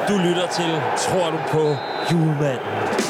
Du lytter til Tror du på julemanden?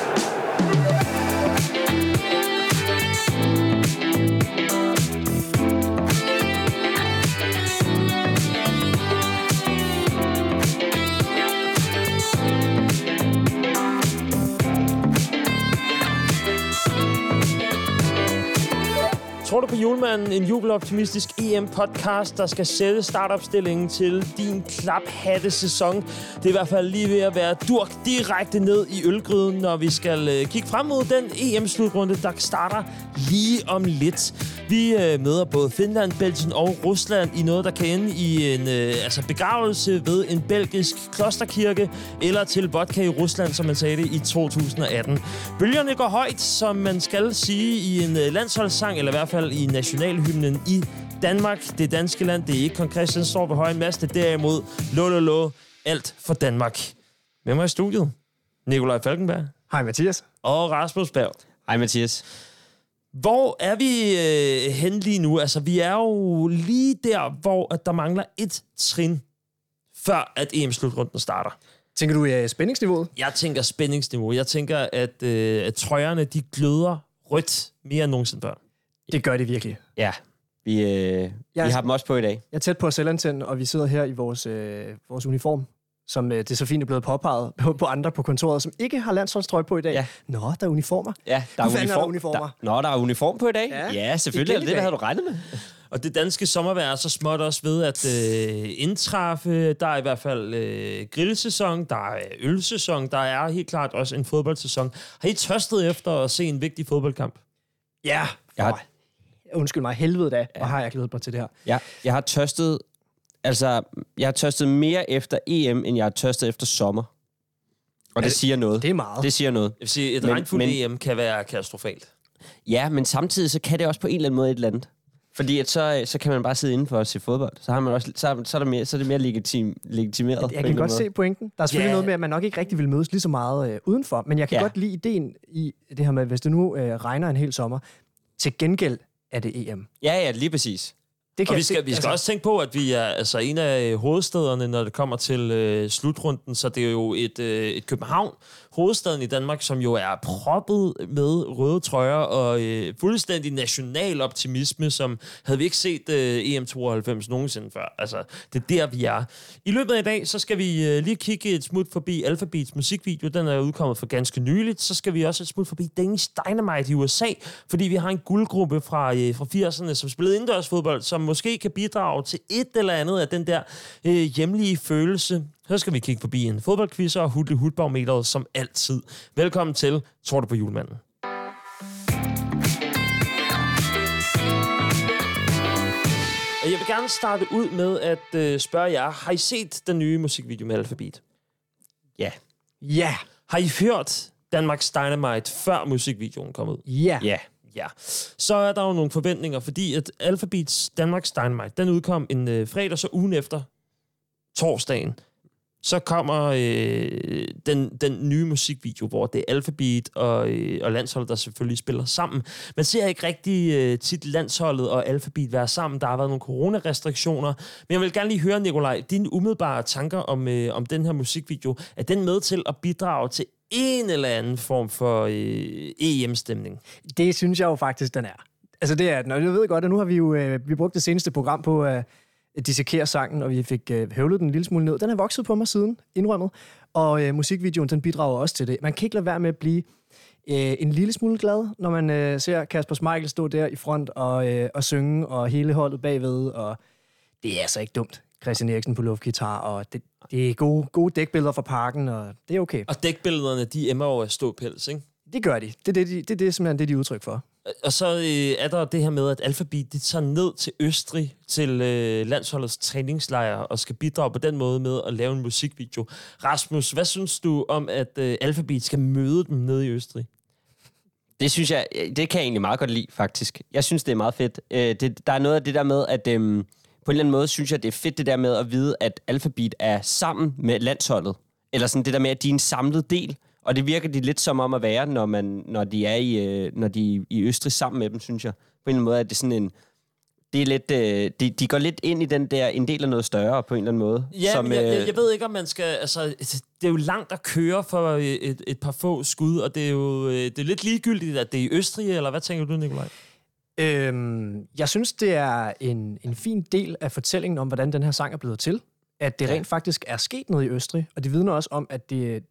Tror du på julemanden? En jubeloptimistisk EM-podcast, der skal sætte startopstillingen til din klaphatte-sæson. Det er i hvert fald lige ved at være durk direkte ned i ølgryden, når vi skal kigge frem mod den EM-slutrunde, der starter lige om lidt. Vi møder både Finland, Belgien og Rusland i noget, der kan ende i en begravelse ved en belgisk klosterkirke, eller til vodka i Rusland, som man sagde det i 2018. Bølgerne går højt, som man skal sige i en landsholdssang, eller i hvert fald i nationalhymnen i Danmark. Det danske land, det er ikke Kong Christian står på højen mast, det er derimod lo, alt for Danmark. Med mig i studiet, Nikolaj Falkenberg. Hej Mathias. Og Rasmus Berg. Hej Mathias. Hvor er vi hen lige nu? Altså, vi er jo lige der, hvor at der mangler et trin, før at EM-slutrunden starter. Tænker du spændingsniveauet? Jeg tænker spændingsniveau. Jeg tænker, at trøjerne, de gløder rødt mere end nogensinde før. Det gør det virkelig. Ja, vi har dem også på i dag. Jeg er tæt på at selvantænde, og vi sidder her i vores uniform, som det så fint er blevet påpeget på andre på kontoret, som ikke har landsholdstrøje på i dag. Ja. Nå, der er uniformer. Ja, der er uniformer. Der er uniform på i dag? Ja, selvfølgelig. Det havde du regnet med. Og det danske sommervejr er så småt også ved at indtræffe. Der er i hvert fald grillsæson, der er ølsæson, der er helt klart også en fodboldsæson. Har I tørstet efter at se en vigtig fodboldkamp? Ja. Undskyld mig, helvede da, hvor har jeg glædet mig til det her. Ja, jeg har tørstet mere efter EM, end jeg har tørstet efter sommer. Og det siger noget. Det er meget. Det siger noget. Jeg vil sige, et regnfuldt EM kan være katastrofalt. Ja, men samtidig så kan det også på en eller anden måde et eller andet. Fordi at så kan man bare sidde indenfor og se fodbold. Så har man også så er det mere legitimeret. Jeg kan godt se pointen. Der er selvfølgelig noget med, at man nok ikke rigtig vil mødes lige så meget udenfor. Men jeg kan godt lide ideen i det her med, hvis det nu regner en hel sommer. Til gengæld er det EM. Ja, lige præcis. Og vi skal også tænke på, at vi er en af hovedstederne, når det kommer til slutrunden, så det er jo et København, hovedstaden i Danmark, som jo er proppet med røde trøjer og fuldstændig national optimisme, som havde vi ikke set EM92 nogensinde før. Altså, det er der, vi er. I løbet af i dag, så skal vi lige kigge et smut forbi Alphabeats musikvideo. Den er udkommet for ganske nyligt. Så skal vi også et smut forbi Danish Dynamite i USA, fordi vi har en guldgruppe fra 80'erne, som spillede indendørsfodbold, som måske kan bidrage til et eller andet af den der hjemlige følelse. Så skal vi kigge forbi en fodboldquiz og hudbarometeret som altid. Velkommen til Tror du på julemanden? Jeg vil gerne starte ud med at spørge jer, har I set den nye musikvideo med Alphabet? Ja. Ja. Har I hørt Danmarks Dynamite før musikvideoen kom ud? Ja. Ja, så er der jo nogle forventninger, fordi at Alphabets Danmarks Dynamite, den udkom en fredag, så ugen efter torsdagen, så kommer den nye musikvideo, hvor det er Alphabet og landsholdet, der selvfølgelig spiller sammen. Man ser ikke rigtig tit landsholdet og Alphabet være sammen. Der har været nogle coronarestriktioner. Men jeg vil gerne lige høre, Nikolaj, dine umiddelbare tanker om den her musikvideo. Er den med til at bidrage til en eller anden form for EM-stemning? Det synes jeg jo faktisk, den er. Altså det er den, og jeg ved godt, at nu har vi jo vi brugt det seneste program på at dissekere sangen, og vi fik høvlet den en lille smule ned. Den er vokset på mig siden, indrømmet, og musikvideoen, den bidrager også til det. Man kan ikke lade være med at blive en lille smule glad, når man ser Kasper Schmeichel stå der i front og synge, og hele holdet bagved, og det er altså ikke dumt. Christian Eriksen på luftgitar, og det er gode dækbilleder fra parken, og det er okay. Og dækbillederne, de emmer over ståpels, ikke? Det gør de. Det er simpelthen det, de er udtryk for. Og så er der det her med, at Alphabet, de tager ned til Østrig, til landsholdets træningslejr, og skal bidrage på den måde med at lave en musikvideo. Rasmus, hvad synes du om, at Alphabet skal møde dem nede i Østrig? Det synes jeg, det kan jeg egentlig meget godt lide, faktisk. Jeg synes, det er meget fedt. Der er noget af det der med, at på en eller anden måde synes jeg, det er fedt det der med at vide, at Alphabet er sammen med landsholdet. Eller sådan det der med, at de er en samlet del. Og det virker de lidt som om at være, når de er i Østrig sammen med dem, synes jeg. På en eller anden måde er det sådan det er lidt, de går lidt ind i den der, en del af noget større på en eller anden måde. Ja, som, jeg ved ikke, om man skal... Altså, det er jo langt at køre for et par få skud, og det er jo det er lidt ligegyldigt, at det er i Østrig, eller hvad tænker du, Nikolaj? Jeg synes, det er en fin del af fortællingen om, hvordan den her sang er blevet til. At det rent faktisk er sket noget i Østrig, og det vidner også om, at det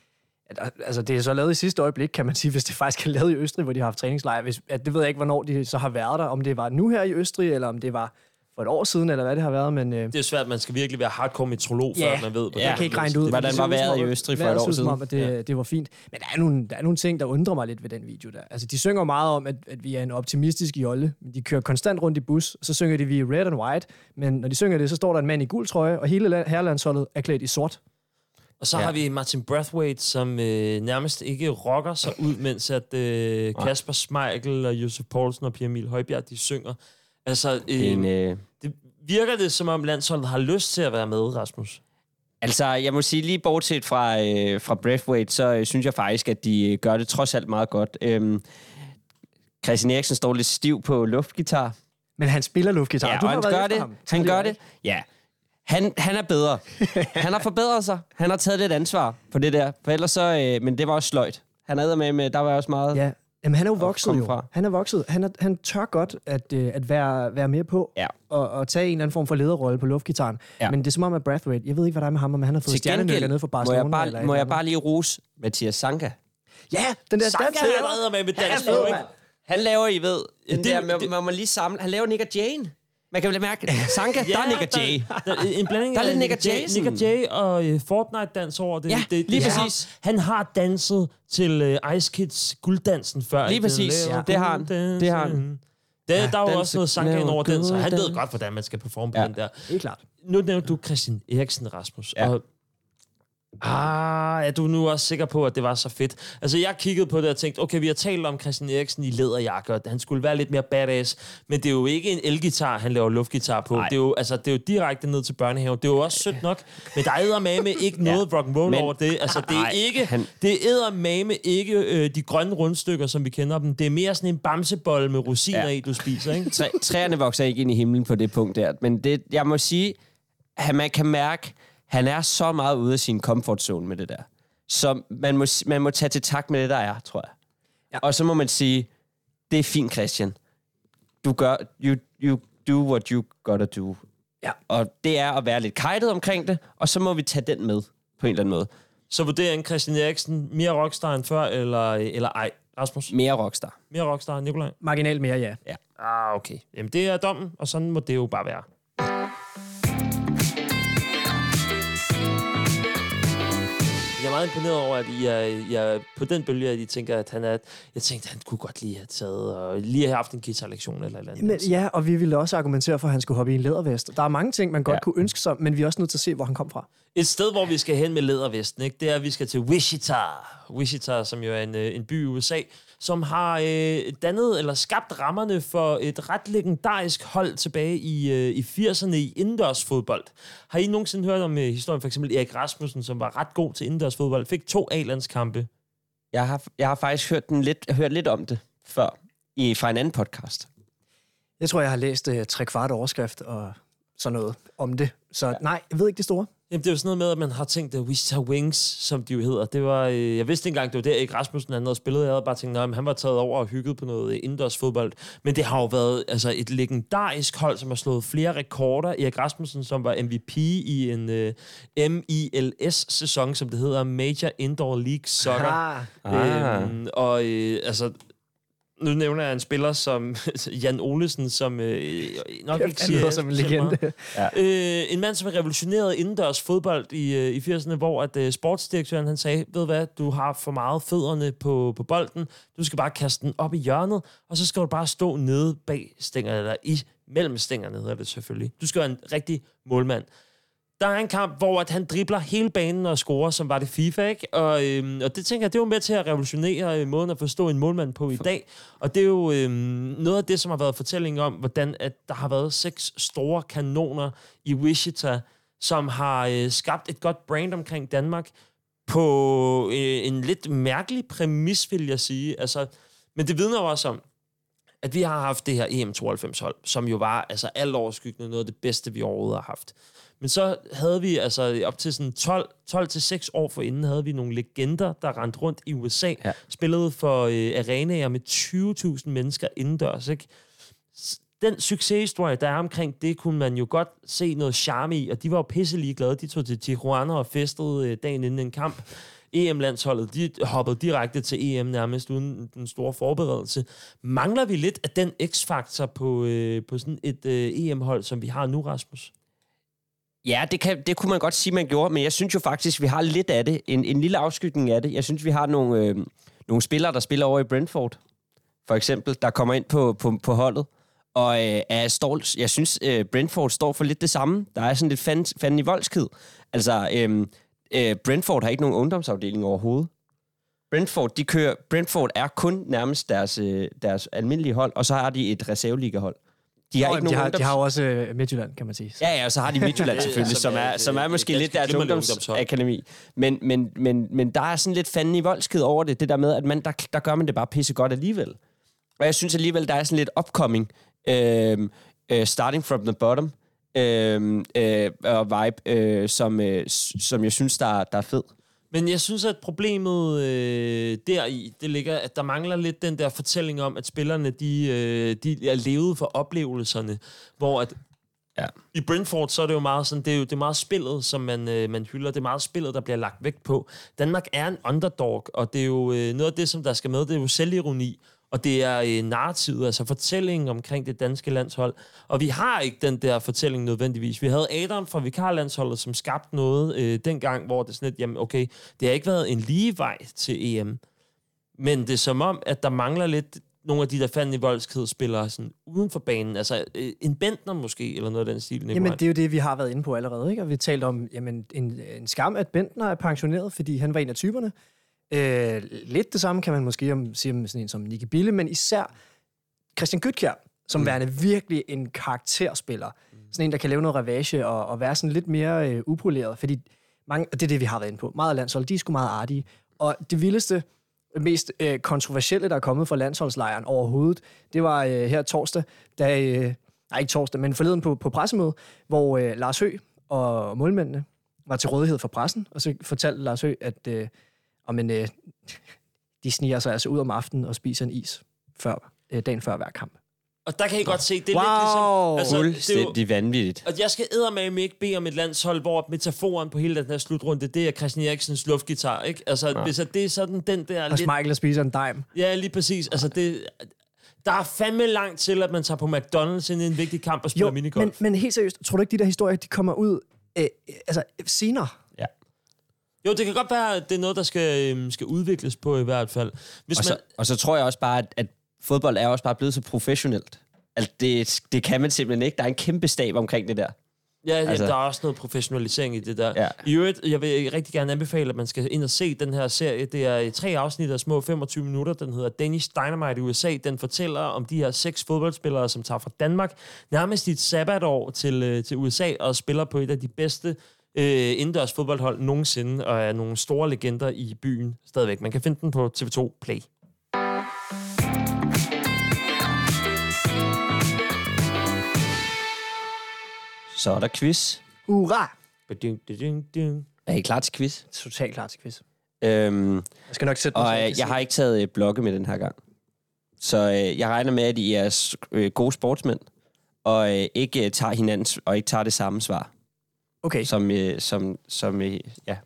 er så lavet i sidste øjeblik, kan man sige, hvis det faktisk er lavet i Østrig, hvor de har haft træningslejr. Det ved jeg ikke, hvornår de så har været der, om det var nu her i Østrig, eller om det var for et år siden, eller hvad det har været, men... Det er svært, man skal virkelig være hardcore meteorolog, før man ved... Jeg kan ikke regne ud. Hvordan var vejret i Østrig for et år siden? Om, at det var fint. Men der er nogle ting, der undrer mig lidt ved den video der. Altså, de synger meget om, at vi er en optimistisk jolle. De kører konstant rundt i bus, og så synger de, vi er red and white. Men når de synger det, så står der en mand i gul trøje, og hele herrelandsholdet er klædt i sort. Og så har vi Martin Brathwaite, som nærmest ikke rocker sig ud, mens at Kasper Schmeichel og Josef Poulsen og Pierre Emil Højbjerg, de synger. Altså, det virker det, som om landsholdet har lyst til at være med, Rasmus? Altså, jeg må sige, lige bortset fra Brathwaite, så synes jeg faktisk, at de gør det trods alt meget godt. Christian Eriksen står lidt stiv på luftgitar. Men han spiller luftgitar. Ja, og han gør det. Ja. Han er bedre. Han har forbedret sig. Han har taget lidt ansvar på det der. For ellers så... men det var også sløjt. Han er med, der var også meget... Ja. Jamen, han er jo vokset jo. Han er vokset. Han tør godt at være mere på og tage en eller anden form for lederrolle på luftgitaren. Ja. Men det er som om, at Brathwaite, jeg ved ikke, hvad der er med ham, men han har fået stjernenykker ned for Barcelona. Må jeg bare lige rose Mathias Sanka? Ja, den der Sanka er med dansk. Han laver, I ved, man må lige samle. Han laver Nick og Jane. Man kan vel mærke, Sanka, der er Nick og Jay. En blanding af Nick og Jay og Fortnite-dans over det. Ja, lige præcis. Han har danset til Ice Kids gulddansen før. Lige præcis, det har han. Der er jo også noget Sanka ind over den, så han ved godt, hvordan man skal performe på den der. Det er klart. Nu nævnte du Christian Eriksen, Rasmus. Ja. Er du nu også sikker på, at det var så fedt? Altså, jeg kiggede på det og tænkte, okay, vi har talt om Christian Eriksen i læderjakke, og han skulle være lidt mere badass, men det er jo ikke en elgitar, han laver luftgitar på. Det er jo direkte ned til børnehaven. Det er jo også sødt nok, men der er eddermame ikke noget rock'n'roll over det. Altså, det er ikke, det er eddermame ikke de grønne rundstykker, som vi kender dem. Det er mere sådan en bamsebolle med rosiner i, du spiser, ikke? Træerne vokser ikke ind i himlen på det punkt der, men det, jeg må sige, at man kan mærke, han er så meget ude af sin comfort zone med det der. Så man må tage til takt med det, der er, tror jeg. Ja. Og så må man sige, det er fint, Christian. Du gør, you do what you gotta do. Ja. Og det er at være lidt kajtet omkring det, og så må vi tage den med på en eller anden måde. Så vurderingen Christian Eriksen mere rockstar end før, eller ej? Rasmus? Mere rockstar. Mere rockstar, Nikolaj? Marginalt mere, ja. Okay. Jamen, det er dommen, og sådan må det jo bare være. Jeg er meget imponeret over, at I er på den bølge, at I tænker, at han er... Jeg tænkte, at han kunne godt lige have taget og lige have haft en guitarlektion eller andet. Men, ja, og vi ville også argumentere for, at han skulle hoppe i en lædervest. Der er mange ting, man godt kunne ønske sig, men vi er også nødt til at se, hvor han kom fra. Et sted, hvor vi skal hen med lædervesten, ikke? Det er, at vi skal til Wichita. Wichita, som jo er en by i USA, som har dannet eller skabt rammerne for et ret legendarisk hold tilbage i 80'erne i indendørsfodbold. Har I nogensinde hørt om historien for eksempel Erik Rasmussen, som var ret god til indendørsfodbold, fik 2 A-landskampe? Jeg har faktisk hørt lidt om det før fra en anden podcast. Jeg tror, jeg har læst 3/4 overskrift og sådan noget om det. Så nej, jeg ved ikke det store. Jamen, det er jo sådan noget med, at man har tænkt, at Wichita Wings, som de jo hedder, det var... jeg vidste ikke engang, det var der Erik Rasmussen, han havde spillet. Jeg havde bare tænkt, at han var taget over og hygget på noget indendørsfodbold. Men det har jo været et legendarisk hold, som har slået flere rekorder. Erik Rasmussen, som var MVP i en MILS-sæson, som det hedder, Major Indoor League Soccer. Nu nævner jeg en spiller som Jan Olesen, som nok ikke siger... som en legende. En mand, som har revolutioneret indendørs fodbold i 80'erne, hvor at sportsdirektøren han sagde, ved hvad, du har for meget fødderne på bolden, du skal bare kaste den op i hjørnet, og så skal du bare stå nede bag stængerne, eller i mellem stængerne, hedder det selvfølgelig. Du skal være en rigtig målmand. Der er en kamp, hvor at han dribler hele banen og scorer, som var det FIFA, ikke? Og det tænker jeg, det er jo med til at revolutionere måden at forstå en målmand på i dag. Og det er jo noget af det, som har været fortælling om, hvordan at der har været 6 store kanoner i Wichita, som har skabt et godt brand omkring Danmark på en lidt mærkelig præmis, vil jeg sige. Altså, men det vidner jo også om, at vi har haft det her EM92-hold, som jo var altså alt overskyggende noget af det bedste, vi overhovedet har haft. Men så havde vi altså op til sådan 12-6 år forinden, havde vi nogle legender, der rendte rundt i USA, spillede for arenaer med 20.000 mennesker indendørs, ikke? Den succeshistorie, der er omkring det, kunne man jo godt se noget charme i, og de var jo pisselig glade. De tog til Tijuana og festede dagen inden en kamp. EM-landsholdet, de hoppede direkte til EM nærmest uden den store forberedelse. Mangler vi lidt af den x-faktor på sådan et EM-hold, som vi har nu, Rasmus? Ja, det kunne man godt sige, man gjorde, men jeg synes jo faktisk, vi har lidt af det. En lille afskygning af det. Jeg synes, vi har nogle spillere, der spiller over i Brentford, for eksempel, der kommer ind på holdet. Og jeg synes, Brentford står for lidt det samme. Der er sådan lidt fanden i voldsked. Altså, Brentford har ikke nogen ungdomsafdeling overhovedet. Brentford er kun nærmest deres almindelige hold, og så har de et reserveligahold. De har jo også Midtjylland, kan man sige. Ja, og så har de Midtjylland selvfølgelig, som er måske lidt deres ungdomsakademi. Men der er sådan lidt fanden i voldsked over det der med, at der gør man det bare pissegodt alligevel. Og jeg synes alligevel, der er sådan lidt upcoming, starting from the bottom, og vibe, som jeg synes, der er fed. Men jeg synes, at problemet deri, det ligger, at der mangler lidt den der fortælling om, at spillerne, de er levet for oplevelserne, hvor at i Brentford, så er det jo meget sådan, det er meget spillet, som man hylder, det er meget spillet, der bliver lagt vægt på. Danmark er en underdog, og det er jo noget af det, som der skal med, det er jo selvironi, og det er narrativet, altså fortællingen omkring det danske landshold. Og vi har ikke den der fortælling nødvendigvis. Vi havde Adam fra Vikarlandsholdet, som skabte noget dengang, hvor det sådan lidt, jamen okay, det har ikke været en lige vej til EM. Men det er som om, at der mangler lidt nogle af de der fanden i voldsked spillere sådan uden for banen. Altså en Bentner måske, eller noget af den stil. Nikolaj. Jamen det er jo det, vi har været inde på allerede, ikke? Og vi talte om, jamen en skam, at Bentner er pensioneret, fordi han var en af typerne. Lidt det samme kan man måske sige om sådan en som Nicky Bille, men især Christian Gytkjær, som værende virkelig en karakterspiller. Sådan en, der kan lave noget ravage og være sådan lidt mere upoleret, fordi det er det, vi har været inde på. Meget af landsholdet, de er sgu meget artige. Og det vildeste, mest kontroversielle, der er kommet fra landsholdslejren overhovedet, det var her torsdag, ikke torsdag, men forleden på pressemøde, hvor Lars Høgh og målmændene var til rådighed for pressen, og så fortalte Lars Høgh, at de sniger sig altså ud om aftenen og spiser en is dagen før hver kamp. Og der kan I godt se, det er lidt ligesom... Fuldstændig vanvittigt. Og jeg skal eddermame ikke bede om et landshold, hvor metaforen på hele den her slutrunde, det er Christian Eriksens luftgitar, ikke? Altså, hvis det er sådan den der... Og Schmeichel spiser en dime. Ja, lige præcis. Altså, der er fandme langt til, at man tager på McDonald's ind i en vigtig kamp og spiller minigolf. Men helt seriøst, tror du ikke, de der historier, de kommer ud senere? Ja. Jo, det kan godt være, at det er noget, der skal udvikles på i hvert fald. Og så tror jeg også bare, at fodbold er også bare blevet så professionelt. Altså, det kan man simpelthen ikke. Der er en kæmpe stab omkring det der. Ja, der er også noget professionalisering i det der. Ja. I øvrigt, jeg vil rigtig gerne anbefale, at man skal ind og se den her serie. Det er 3 afsnit af små 25 minutter. Den hedder Danish Dynamite i USA. Den fortæller om de her 6 fodboldspillere, som tager fra Danmark nærmest i et sabbatår til USA og spiller på et af de bedste indendørs fodboldhold nogensinde, og er nogle store legender i byen stadigvæk. Man kan finde den på TV2 Play. Så er der quiz. Hurra! Er I klar til quiz? Totalt klar til quiz. Jeg skal nok sætte mig. Og jeg har ikke taget blokke med den her gang. Så jeg regner med, at I er gode sportsmænd, og ikke tager hinandens, og ikke tager det samme svar. Okay. Ja.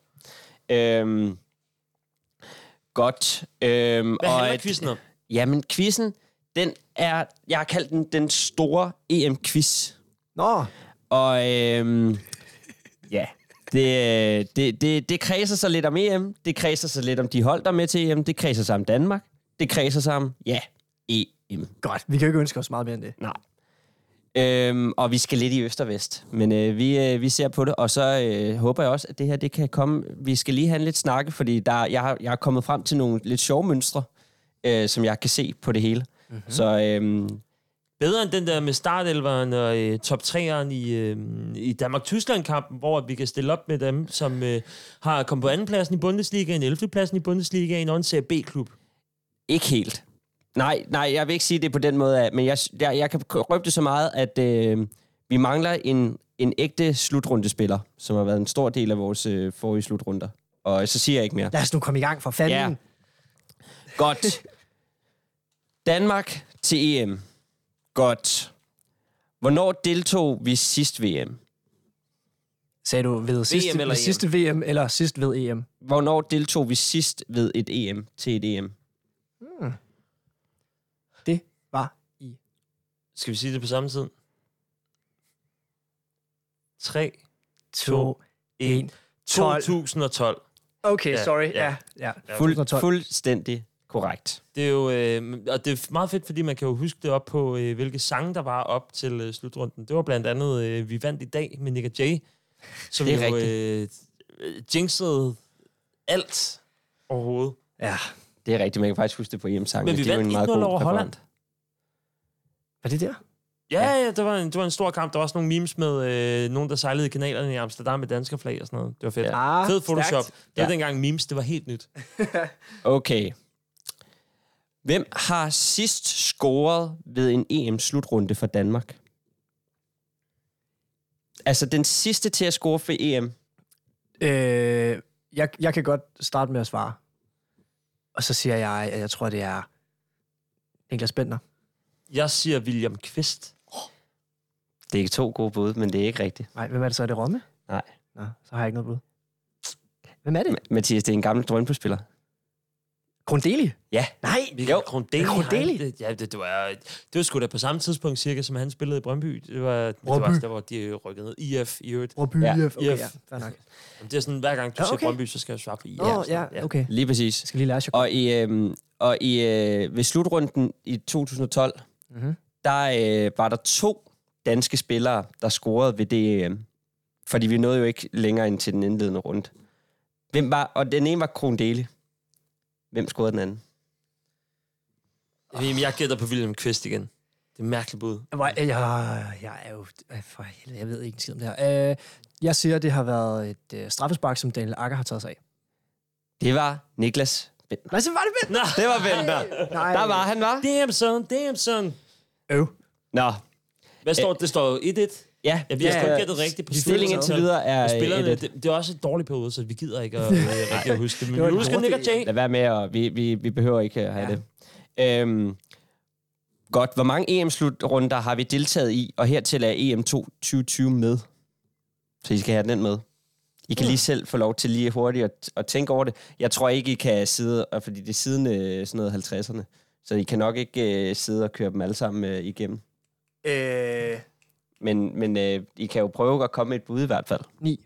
Godt. Hvad handler quizzen om? Jamen, quizzen, jeg har kaldt den store EM-quiz. Nå. Og ja, det kredser sig lidt om EM, det kredser sig lidt om de hold, der med til EM, det kredser sig om Danmark, det kredser sig om, EM. Godt, vi kan jo ikke ønske os meget mere end det. Nej. Og vi skal lidt i øst og vest, men vi ser på det, og så håber jeg også, at det her det kan komme. Vi skal lige have en lidt snakke, fordi jeg er kommet frem til nogle lidt sjove mønstre, som jeg kan se på det hele. Mm-hmm. Så bedre end den der med startelveren og top 3'eren i Danmark-Tyskland-kampen, hvor vi kan stille op med dem, som har kommet på andenpladsen i Bundesliga, en 11. pladsen i Bundesliga, og en Serie B-klub. Ikke helt. Nej, jeg vil ikke sige det på den måde, men jeg kan røbe det så meget, at vi mangler en ægte slutrundespiller, som har været en stor del af vores forrige slutrunder. Og så siger jeg ikke mere. Lad os nu komme i gang for fanden. Ja. Godt. Danmark til EM. Godt. Hvornår deltog vi sidst VM? Sagde du ved sidste VM eller sidst ved EM? Hvornår deltog vi sidst ved et EM til et EM? Det var i... Skal vi sige det på samme tid? 3, 2, 1, 12. 2012. Okay, Ja, sorry. ja. Ja. Fuldstændig korrekt. Det er jo og det er meget fedt, fordi man kan jo huske det op på, hvilke sange, der var op til slutrunden. Det var blandt andet Vi vandt i dag med Nick og Jay, som Det er jo jinxede alt overhovedet. Ja. Det er rigtigt, man kan faktisk huske det på EM-sangen. Men vi vandt 1-0 over Holland. Var det der? Ja, det var en stor kamp. Der var også nogle memes med nogen, der sejlede i kanalerne i Amsterdam med danskerflag og sådan noget. Det var fedt. Ja. Fed Photoshop. Stærkt. Det var dengang memes, det var helt nyt. Okay. Hvem har sidst scoret ved en EM-slutrunde for Danmark? Altså den sidste til at score for EM. Jeg kan godt starte med at svare. Og så siger jeg, at jeg tror, det er Niklas Bentner. Jeg siger William Kvist. Det er ikke 2 gode bud, men det er ikke rigtigt. Nej, hvem er det så? Er det Romme? Nej. Nå, så har jeg ikke noget bud. Hvem er det? Mathias, det er en gammel Drønby-spiller. Grundeli? Ja. Nej! Jo, Grundeli. Ja, Det var sgu da på samme tidspunkt cirka, som han spillede i Brøndby. Det var der, hvor de rykkede ned. IF i øvrigt. Brøndby, Ja. IF. Okay, IF. ja, fair nok. Det er sådan, hver gang du Ja, siger okay. Brøndby, så skal du svare på IF. Ja, okay. Lige præcis. Jeg skal lige lære jer. Ved slutrunden i 2012, der var der 2 danske spillere, der scorede ved det EM. Fordi vi nåede jo ikke længere ind til den indledende runde. Og den ene var Krondeli. Hvem scorede den anden? Jeg gætter på William Kvist igen. Det er mærkeligt bud. Jeg er jo... For helvede, jeg ved ikke en skid om det her. Jeg siger, det har været et straffespark, som Daniel Akker har taget sig af. Det var Niklas Bentner. Nej, så var det Bentner! Det var Bentner. Nej. Der var han, var. Damn son. Nå. Hvad står det? står jo 1-1. Ja, Vi har sgu gættet rigtigt på stillingen indtil videre er spillerne, 1-1. det er også et dårligt periode, så vi gider ikke at rigtig at huske det. Men vi husker Nick og Jay. Lad være med, og vi behøver ikke at have det. Godt. Hvor mange EM-slutrunder har vi deltaget i, og hertil er EM 2020 med? Så I skal have den med. I kan lige selv få lov til lige hurtigt at tænke over det. Jeg tror ikke, I kan sidde, fordi det er siden sådan noget 50'erne, så I kan nok ikke sidde og køre dem alle sammen igennem. Men I kan jo prøve at komme med et bud i hvert fald. 9.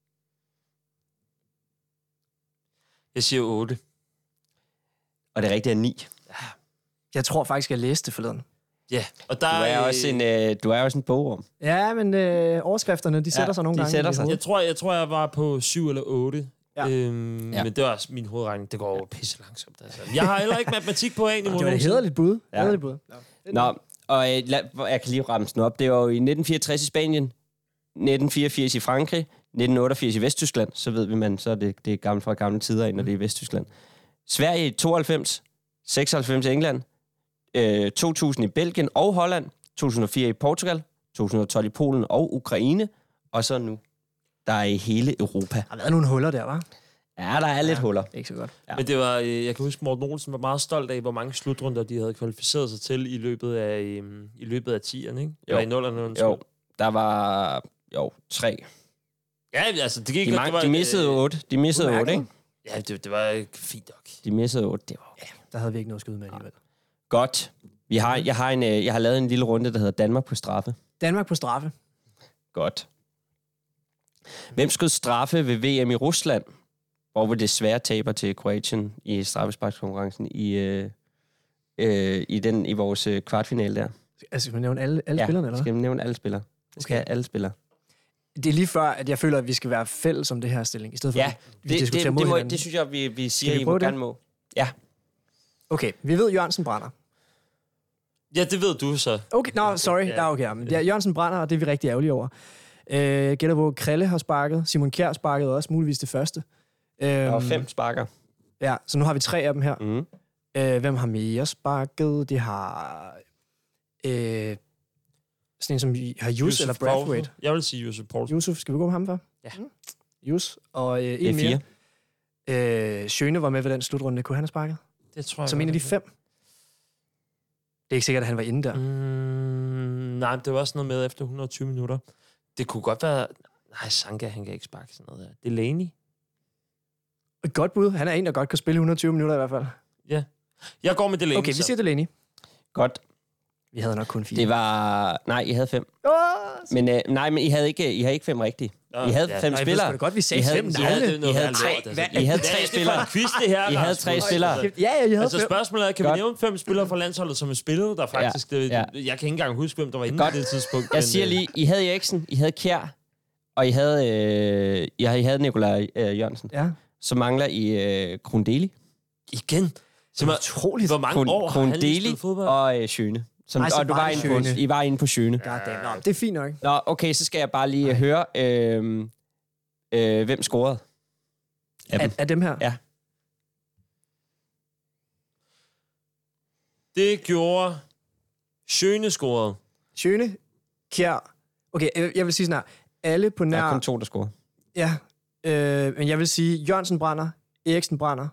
Jeg siger 8. Og det rigtige er 9. Jeg tror faktisk, jeg læste det forleden. Ja, og der du er også en bogorm. Ja, men overskrifterne, de sætter sig nogle gange. Sætter sig. Jeg tror, jeg var på 7 eller 8. Ja. Men det var også min hovedregning. Det går jo pisse langsomt. Altså. Jeg har heller ikke matematik på A-niveau. Det var et hederligt bud. Ja. Nå, og jeg kan lige ramme den op. Det var jo i 1964 i Spanien, 1984 i Frankrig, 1988 i Vesttyskland. Så ved vi, man, så er det er gammelt fra gamle tider, når det er i Vesttyskland. Sverige i 92, 96 i England, 2000 i Belgien og Holland, 2004 i Portugal, 2012 i Polen og Ukraine, og så nu. Der er i hele Europa. Der har været nogle huller der, hva'? Ja, der er lidt huller. Ikke så godt. Ja. Men det var, jeg kan huske, Morten Olsen var meget stolt af, hvor mange slutrunder de havde kvalificeret sig til i løbet af 10'erne, ikke? Jo. Eller i 0'erne. Jo, der var 3. Ja, altså, det gik de missede 8. De missede 8, ikke? Ja, det var fint nok. De missede 8, det var okay. Der havde vi ikke noget skud med alligevel. Godt. Jeg har lavet en lille runde, der hedder Danmark på straffe. Danmark på straffe. Godt. Hvem skød straffe ved VM i Rusland, hvor vi desværre taber til Kroatien i straffesparkskonkurrencen i vores kvartfinale der? Altså, skal man nævne alle spillerne, eller hvad? Skal man nævne alle spillere. Det skal alle spillere. Det er lige før, at jeg føler, at vi skal være fælles om det her stilling, i stedet for at vi diskuterer mod hinanden. Det synes jeg, vi siger, I gerne må. Ja. Okay, vi ved Jørgensen brænder. Ja, det ved du så. Okay, sorry. Ja. Okay. Men Jørgensen brænder, og det er vi rigtig ærgerlige over. Gætter på, Krille har sparket. Simon Kjær sparkede også, muligvis det første. Der var 5 sparker. Ja, så nu har vi 3 af dem her. Hvem har mere sparket? De har... sådan en som har Jus eller Brathwaite. Jeg vil sige Josef Poulsen. Yusuf, skal vi gå med ham for? Ja. Jus. Og en mere. Schöne var med ved den slutrunde. Kunne han have sparket? Det tror jeg. Som en af de 5. Det er ikke sikkert, at han var inde der. Nej, det var også noget med efter 120 minutter. Det kunne godt være... Nej, Sanka, han kan ikke sparke sådan noget der. Det er Delaney. Et godt bud. Han er en, der godt kan spille 120 minutter i hvert fald. Ja. Jeg går med Delaney. Okay, vi siger Delaney. Godt. Vi havde nok kun 4. Det var... Nej, I havde 5. Men I havde ikke 5 rigtige. I havde 5 spillere. Det godt, vi sagde 5 I havde 3 spillere. Quiz, det her. I havde 3 spillere. Ja, I havde altså 5. spørgsmålet er, kan vi nævne 5 spillere fra landsholdet, som er spillet der faktisk? Jeg kan ikke engang huske, hvem der var inde på det tidspunkt. Jeg siger lige, I havde Eriksen, I havde Kjær, og I havde Nikolaj Jørgensen. Ja. Så mangler I Krundeli. Igen? Utroligt. Hvor mange år har han lige spillet fodbold? Og Schöne. Og du var inde på, I var inde på Schöne. Nå, det er fint nok. Nå, okay, så skal jeg bare lige høre, hvem scorede? Af dem her? Ja. Det gjorde Schöne scorede. Schöne, Kjær. Okay, jeg vil sige sådan her. Alle på nær... Der er kun 2, der scorede. Ja, men jeg vil sige, Jørgensen brænder, Eriksen brænder,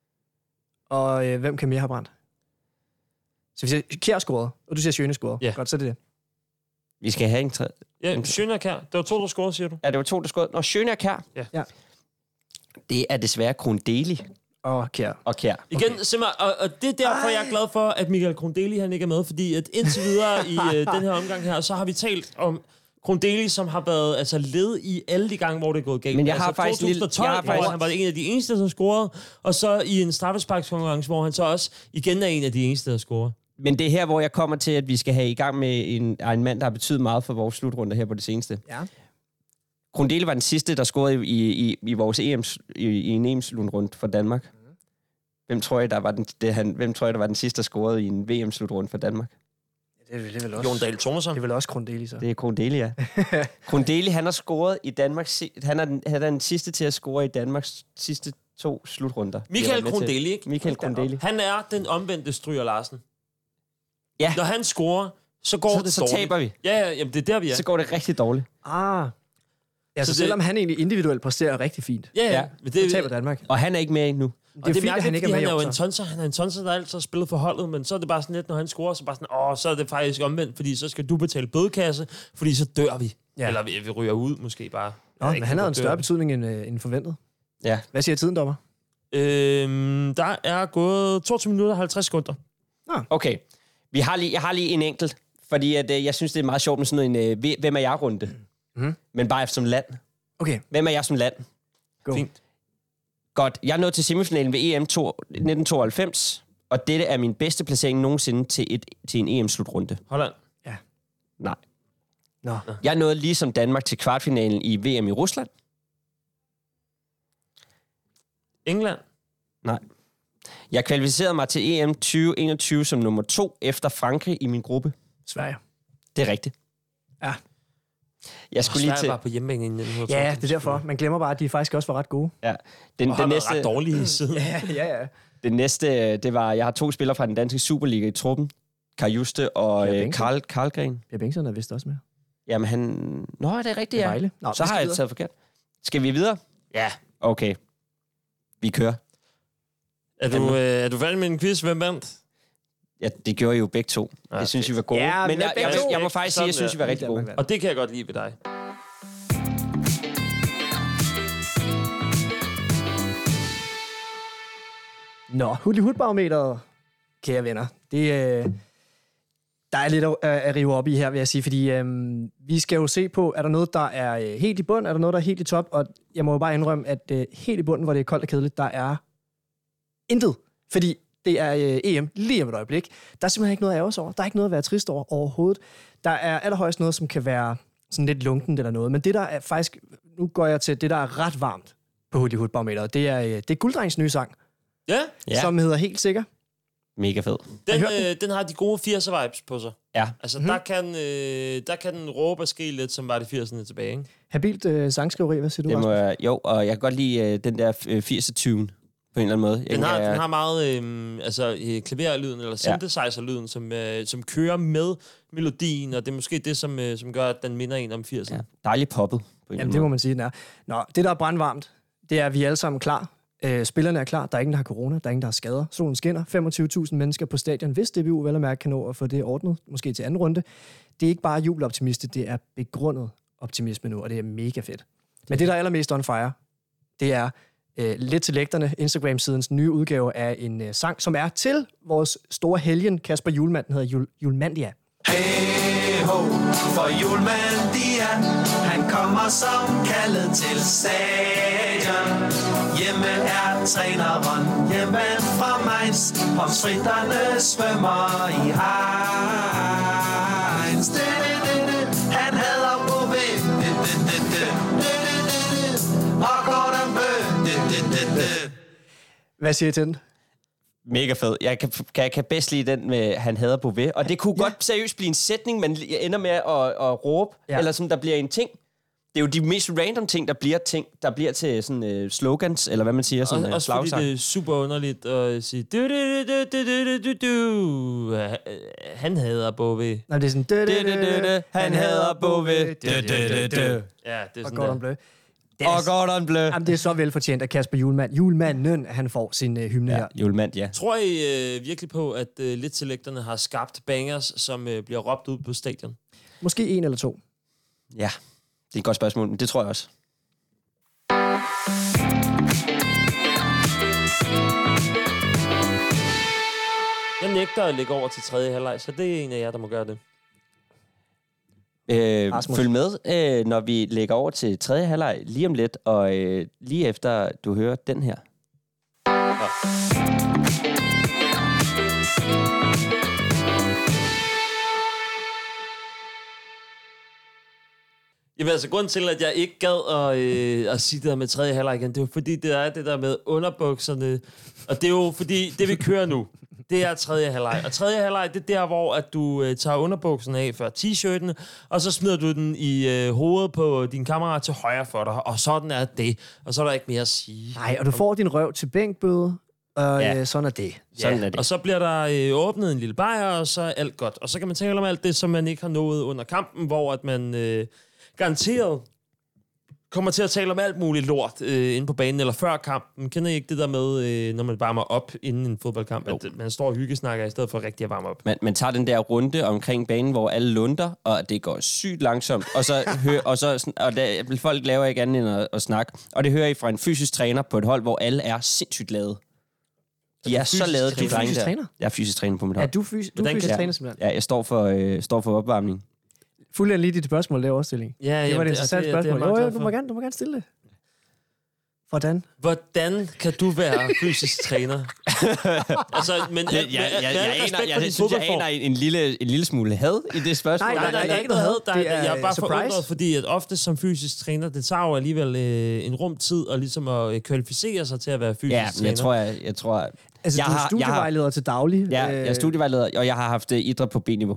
og hvem kan mere have brændt? Så vi siger, Kjær scorede, og du siger, Schöne scorede. Ja. Godt, så er det det. Vi skal have en tredje. Ja, Schöne og Kjær. Det var 2, der scorede, siger du? Ja, det var 2, der scorede. Nå, Schöne og Kjær. Ja. Det er desværre Krundeli Og Kjær. og Kjær. Igen, simpelthen, og det er derfor, jeg er glad for, at Michael Krundeli han ikke er med, fordi at indtil videre i den her omgang her, så har vi talt om Krundeli, som har været led i alle de gange, hvor det er gået galt. Men jeg har faktisk 2012, hvor han var en af de eneste, der scorede, og så i en straffesparkskonkurrence, hvor han så også igen er en af de eneste, der scorer. Men det er her, hvor jeg kommer til, at vi skal have i gang med en mand, der har betydet meget for vores slutrunde her på det seneste. Ja. Krundeli var den sidste, der scorede i vores i en EM-slutrunde for Danmark. Hvem tror jeg, der var den sidste, der scorede i en VM-slutrunde for Danmark? Det er vel også... Jon Dahl Thomasson. Det er vel også Krundeli, så. Det er Krundeli, ja. Krundeli, han har scoret i Danmark. Han er den sidste til at score i Danmarks sidste 2 slutrunder. Michael Krundeli, ikke? Michael Krundeli. Han er den omvendte Stryger Larsen. Ja. Når han scorer, så går det dårligt. Så taber vi. Ja, jamen, det er der, vi er. Så går det rigtig dårligt. Ja, så selvom han egentlig individuelt præsterer rigtig fint, Ja. Men det taber Danmark. Og han er ikke med endnu. Det er fint, at han ikke er med i Han er en tonser, der altid har spillet for holdet, men så er det bare sådan lidt, når han scorer, så bare sådan, så er det faktisk omvendt, fordi så skal du betale bødekasse, fordi så dør vi. Ja. Eller vi ryger ud måske bare. Men han havde en større betydning end forventet. Ja. Hvad siger tiden, dommer? Der er gået 22 minutter og 50 sekunder. Okay. Jeg har lige en enkelt, fordi at, jeg synes, det er meget sjovt med sådan en hvem er jeg-runde. Men bare som land. Okay. Hvem er jeg som land? Go. Fint. Godt. Jeg er nået til semifinalen ved EM 1992, og dette er min bedste placering nogensinde til en EM-slutrunde. Holland. Ja. Nej. Nå. Jeg nåede ligesom Danmark til kvartfinalen i VM i Rusland. England. Nej. Jeg kvalificerede mig til EM 2021 som nummer 2 efter Frankrig i min gruppe. Sverige. Det er rigtigt. Ja. Jeg skulle lige til... var på hjemmebane inden. Ja, det er derfor. Man glemmer bare, at de faktisk også var ret gode. Ja. Den næste ret dårlige siden. Ja. Det næste, det var, jeg har 2 spillere fra den danske Superliga i truppen. Karl Juste og Karlgren. Per Bengtsson er vist også med. Jamen han... Nå, det er rigtigt, ja. Nå, så har jeg taget forkert. Skal vi videre? Ja. Okay. Vi kører. Er du færdig med en quiz? Hvem vandt? Ja, det gjorde I jo begge to. Okay. Det synes I var gode. Ja, men jeg må faktisk sige, at jeg synes, I var rigtig gode. Og det kan jeg godt lide ved dig. Nå, Hudli-Hud-barometeret, kære venner. Der er lidt at rive op i her, vil jeg sige, fordi vi skal jo se på, er der noget, der er helt i bund, er der noget, der er helt i top, og jeg må jo bare indrømme, at helt i bunden, hvor det er koldt og kedeligt, der er intet, fordi det er EM lige om et øjeblik. Der er simpelthen ikke noget at ærge sig over. Der er ikke noget at være trist over overhovedet. Der er allerhøjst noget, som kan være sådan lidt lunkent eller noget, men det der er faktisk, nu går jeg til det, der er ret varmt på Hudli-Hud-barometeret, det er Gulddrengens nye sang, som hedder Helt Sikker. Mega fed. Den har de gode 80'er-vibes på sig. Ja. Altså, der kan den råbe og ske lidt, som var det 80'erne tilbage, ikke? Habilt sangskriveri, hvad siger du? Og jeg kan godt lide den der 80'er-tune på en eller anden måde. Den har meget klaverlyden eller synthesizer-lyden, som kører med melodien, og det er måske det, som gør, at den minder en om 80'erne. Ja, dejligt poppet. Jamen, det må man sige, den er. Nå, det, der er brandvarmt, det er, at vi er alle sammen klar. Spillerne er klar. Der er ingen, der har corona. Der er ingen, der har skader. Solen skinner. 25.000 mennesker på stadion. Hvis DBU vel at mærke kan nå at få det ordnet, måske til anden runde. Det er ikke bare jubeloptimisme, det er begrundet optimisme nu, og det er mega fedt. Men det, der er allermest on fire, det er lidt til lægterne, Instagram-sidens nye udgave af en sang, som er til vores store helgen, Kasper Hjulmand. Den hedder Hjulmandia. Hey ho, for Hjulmandia, han kommer som kaldet til stadion. Hjemme er træneren, hjemme fra Mainz, pomsfritterne svømmer i Heinz. Han hader Bove, og Gordon Bø. Hvad siger I til den? Mega fed. Jeg kan bedst lide den med, han hader Beauvais. Og det kunne godt seriøst blive en sætning, man ender med at råbe, eller sådan, der bliver en ting. Det er jo de mest random ting, der bliver til sådan slogans, eller hvad man siger, sådan også slagsang. Fordi det er super underligt at sige, han hader Beauvais. Nej, det er sådan, han hader Beauvais. Ja, det er sådan der. Og Gordon Bleu. Jamen, det er så velfortjent, at Kasper Hjulmanden, han får sin hymne her. Hjulmand, ja. Tror I virkelig på, at lidt selektorerne har skabt bangers, som bliver råbt ud på stadion? Måske 1 eller 2. Ja, det er et godt spørgsmål, men det tror jeg også. Jeg nægter at lægge over til tredje halvleg, så det er en af jer, der må gøre det. Følg med, når vi lægger over til tredje halvleg lige om lidt, og lige efter du hører den her. Ja. Jamen altså, grunden til, at jeg ikke gad at sige det der med tredje halvleg igen, det er jo fordi, det er det der med underbukserne, og det er jo fordi, det vi kører nu, det er tredje halvleg. Og tredje halvleg, det er der, hvor at du tager underbukserne af før t-shirten, og så smider du den i hovedet på din kammerat til højre for dig, og sådan er det. Og så er der ikke mere at sige. Nej, og du får din røv til bænkbøde, og sådan er det. Sådan er det. Og så bliver der åbnet en lille bajer, og så er alt godt. Og så kan man tale om alt det, som man ikke har nået under kampen, hvor at man garanteret kommer til at tale om alt muligt lort inde på banen, eller før kampen. Kender I ikke det der med, når man varmer op inden en fodboldkamp, at man står og hyggesnakker i stedet for rigtig at varme op? Man tager den der runde omkring banen, hvor alle lunder, og det går sygt langsomt, og folk laver ikke andet end at snakke. Og det hører I fra en fysisk træner på et hold, hvor alle er sindssygt lade. De er så lavet, de drenge der. Jeg er fysisk træner på mit hold. Er du fysisk træner simpelthen? Ja, jeg står for opvarmning. Fuldt lige dit spørgsmål, der overstilling. Ja, det var et interessant spørgsmål. Du må gerne stille det. Hvordan kan du være fysisk træner? Altså, men jeg aner en lille smule had i det spørgsmål. Nej, der er ikke noget had. Jeg er bare forundret, fordi at ofte som fysisk træner, det tager jo alligevel en rum tid og ligesom at kvalificere sig til at være fysisk træner. Jeg tror. Altså, du er studievejleder til daglig. Ja, jeg er studievejleder, og jeg har haft idræt på B-niveau.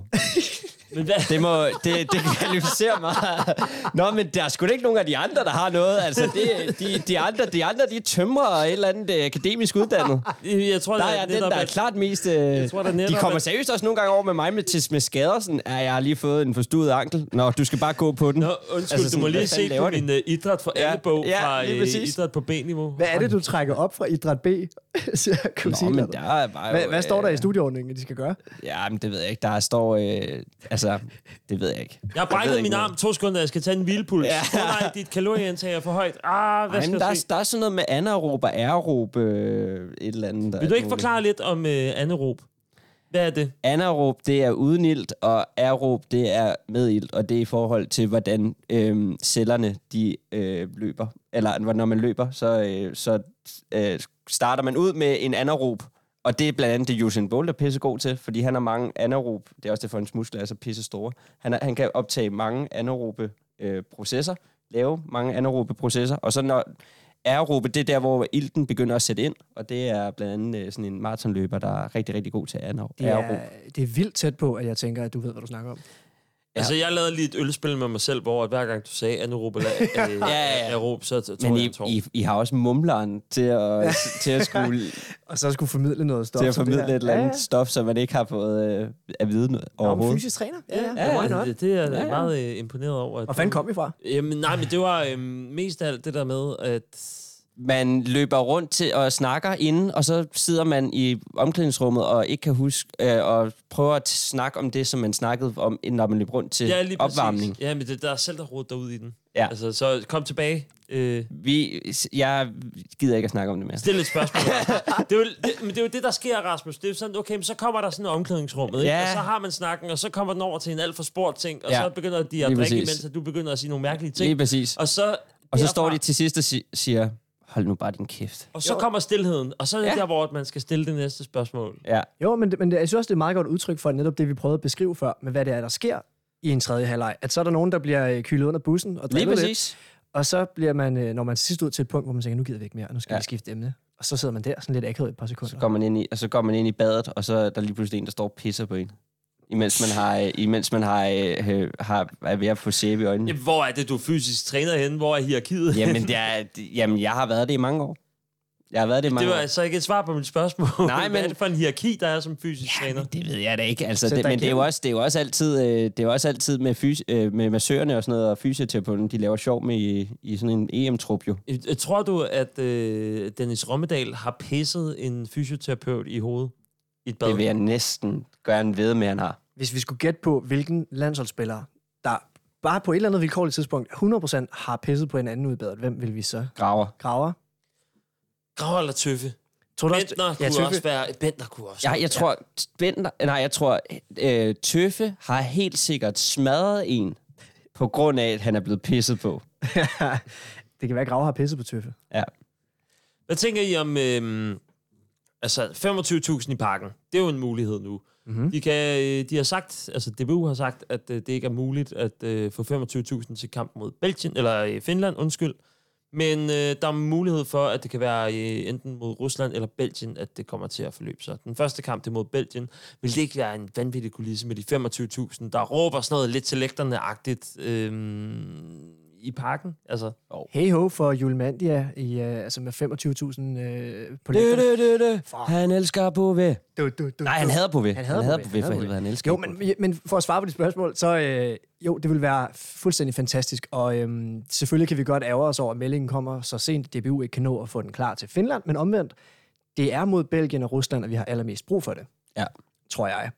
Det kvalificerer mig. Nå, men der er sgu da ikke nogen af de andre, der har noget. Altså, de andre, de tømrer et eller andet akademisk uddannet. Jeg tror, der er klart mest... de kommer seriøst også nogle gange over med mig med skader. Sådan, jeg har lige fået en forstuet ankel. Nå, du skal bare gå på den. Nå, undskyld, altså, du må lige se på min idræt for alle bog fra idræt på B-niveau. Hvad er det, du trækker op fra idræt B? Men der er bare... Hvad står der i studieordningen, de skal gøre? Ja, men det ved jeg ikke. Der står... altså, det ved jeg ikke. Jeg har brækket min arm 2 sekunder, jeg skal tage en hvilepuls. Nej, dit kalorieindtag er for højt. Hvad skal der er sådan noget med anaerob og aerob, et eller andet. Vil du ikke forklare lidt om anaerob? Hvad er det? Anaerob, det er uden ilt, og aerob, det er med ilt, og det er i forhold til, hvordan cellerne, de løber. Eller når man løber, så starter man ud med en anaerob. Og det er blandt andet det, Usain Bolt er pissegod til, fordi han har mange anaerob. Det er også det, for hans muskler er så pisse store. Han kan optage mange anaerobe processer, lave mange anaerobe processer, og så når aerobe, det er der, hvor ilten begynder at sætte ind, og det er blandt andet sådan en maratonløber, der er rigtig, rigtig god til aerob. Det er vildt tæt på, at jeg tænker, at du ved, hvad du snakker om. Altså, jeg lavede lige et ølspil med mig selv, hvor hver gang du sagde anaerob så tog Men jeg en tår. I har også mumleren til at skulle... Og så skulle formidle noget stof. til at formidle et eller andet stof, som man ikke har fået at vide noget overhovedet. Fysisk træner. Det er jeg meget imponeret over. Hvor fanden kom vi fra? Jamen, nej, men det var mest af alt det der med, at... Man løber rundt til og snakker inden, og så sidder man i omklædningsrummet og ikke kan huske og prøver at snakke om det, som man snakkede om, når man løb rundt til opvarmning. Ja, men det der er selv, der rodet derud i den. Ja. Altså, så kom tilbage. Jeg gider ikke at snakke om det mere. Stil et spørgsmål. Men det er jo det, der sker, Rasmus. Det er jo sådan, okay, men så kommer der sådan et omklædningsrummet, ikke? Og så har man snakken, og så kommer den over til en alt for sport ting, og så begynder de at drikke, mens du begynder at sige nogle mærkelige ting. Lige præcis. Og så står de til sidst og siger... Hold nu bare din kæft. Og så kommer stilheden, og så er det der, hvor man skal stille det næste spørgsmål. Ja. Jo, men jeg synes også, det er et meget godt udtryk for netop det, vi prøvede at beskrive før, med hvad det er, der sker i en tredje halvleg. At så er der nogen, der bliver kylet under bussen og drillet lidt. Og så bliver man, når man sidst ud til et punkt, hvor man tænker, nu gider vi ikke mere, nu skal vi skifte emne. Og så sidder man der sådan lidt akavet et par sekunder. Så går man ind i badet, og så er der lige pludselig en, der står og pisser på en. Imens man er ved at få sæbe i øjnene. Jamen, hvor er det, du fysisk træner henne? Hvor er hierarkiet? Jamen, jeg har været det i mange år. Det var altså ikke et svar på mit spørgsmål. Nej, hvad er det for en hierarki, der er som fysisk træner? Det ved jeg da ikke. Altså, men det er jo også altid med massørerne og sådan noget, og fysioterapeuten, de laver sjov med i sådan en EM-trup jo. Tror du, at Dennis Rommedal har pisset en fysioterapeut i hovedet? Det vil jeg næsten gøre en ved med, han har. Hvis vi skulle gætte på, hvilken landsholdsspiller, der bare på et eller andet vilkårligt tidspunkt 100% har pisset på en anden udbadet, hvem vil vi så? Graver eller Tøffe? Bentner kunne også være. Jeg tror Tøffe har helt sikkert smadret en, på grund af, at han er blevet pisset på. Det kan være, at Graver har pisset på Tøffe. Ja. Hvad tænker I om... 25.000 i parken, det er jo en mulighed nu. Mm-hmm. De har sagt, altså DBU har sagt, at det ikke er muligt at få 25.000 til kamp mod Belgien, eller Finland, undskyld. Men der er mulighed for, at det kan være enten mod Rusland eller Belgien, at det kommer til at forløbe sig. Den første kamp, det mod Belgien, vil det ikke være en vanvittig kulisse med de 25.000, der råber sådan noget lidt til lægterne-agtigt i parken? Altså, Hey ho for Julemandia med 25.000 på lægterne. Han elsker på ved. Nej, han hader på ved. Han hader på ved, for helvede. Han elsker jo, men for at svare på dit spørgsmål, så det vil være fuldstændig fantastisk. Og selvfølgelig kan vi godt ærge os over, at meldingen kommer så sent, at DBU ikke kan nå at få den klar til Finland. Men omvendt, det er mod Belgien og Rusland, at vi har allermest brug for det. Ja. Tror jeg.